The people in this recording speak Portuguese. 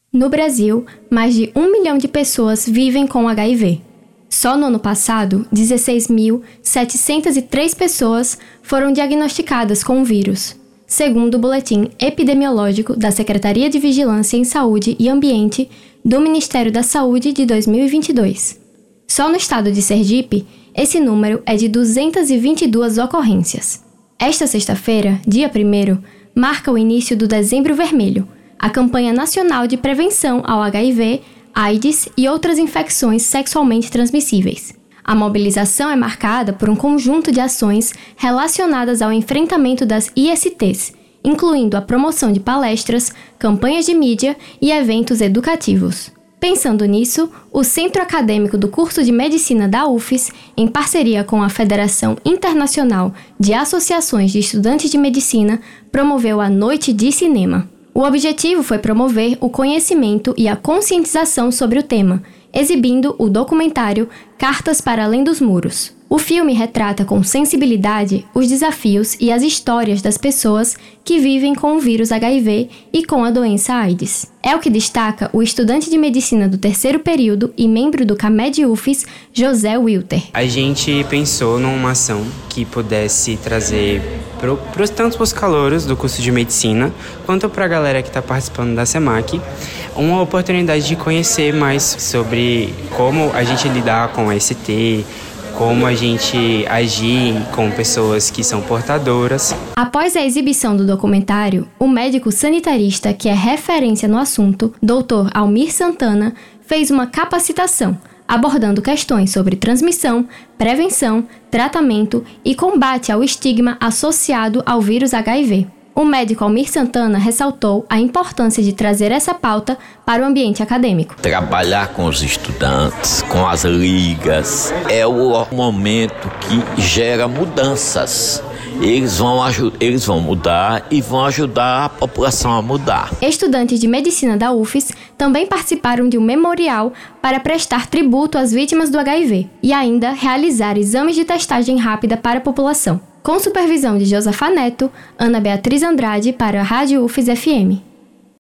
No Brasil, mais de 1 milhão de pessoas vivem com HIV. Só no ano passado, 16.703 pessoas foram diagnosticadas com o vírus, segundo o Boletim Epidemiológico da Secretaria de Vigilância em Saúde e Ambiente do Ministério da Saúde de 2022. Só no estado de Sergipe, esse número é de 222 ocorrências. Esta sexta-feira, dia 1º, marca o início do Dezembro Vermelho, a campanha nacional de prevenção ao HIV, AIDS e outras infecções sexualmente transmissíveis. A mobilização é marcada por um conjunto de ações relacionadas ao enfrentamento das ISTs, incluindo a promoção de palestras, campanhas de mídia e eventos educativos. Pensando nisso, o Centro Acadêmico do Curso de Medicina da UFES, em parceria com a Federação Internacional de Associações de Estudantes de Medicina, promoveu a Noite de Cinema. O objetivo foi promover o conhecimento e a conscientização sobre o tema, exibindo o documentário Cartas para Além dos Muros. O filme retrata com sensibilidade os desafios e as histórias das pessoas que vivem com o vírus HIV e com a doença AIDS. É o que destaca o estudante de medicina do 3º período e membro do CAMED UFES, José Wilter. A gente pensou numa ação que pudesse trazer tanto para os calouros do curso de medicina, quanto para a galera que está participando da SEMAC, uma oportunidade de conhecer mais sobre como a gente lidar com a ST, como a gente agir com pessoas que são portadoras. Após a exibição do documentário, o médico sanitarista que é referência no assunto, Dr. Almir Santana, fez uma capacitação, abordando questões sobre transmissão, prevenção, tratamento e combate ao estigma associado ao vírus HIV. O médico Almir Santana ressaltou a importância de trazer essa pauta para o ambiente acadêmico. Trabalhar com os estudantes, com as ligas, é o momento que gera mudanças. Eles vão mudar e vão ajudar a população a mudar. Estudantes de medicina da UFES também participaram de um memorial para prestar tributo às vítimas do HIV e ainda realizar exames de testagem rápida para a população. Com supervisão de Josafa Neto, Ana Beatriz Andrade para a Rádio UFES FM.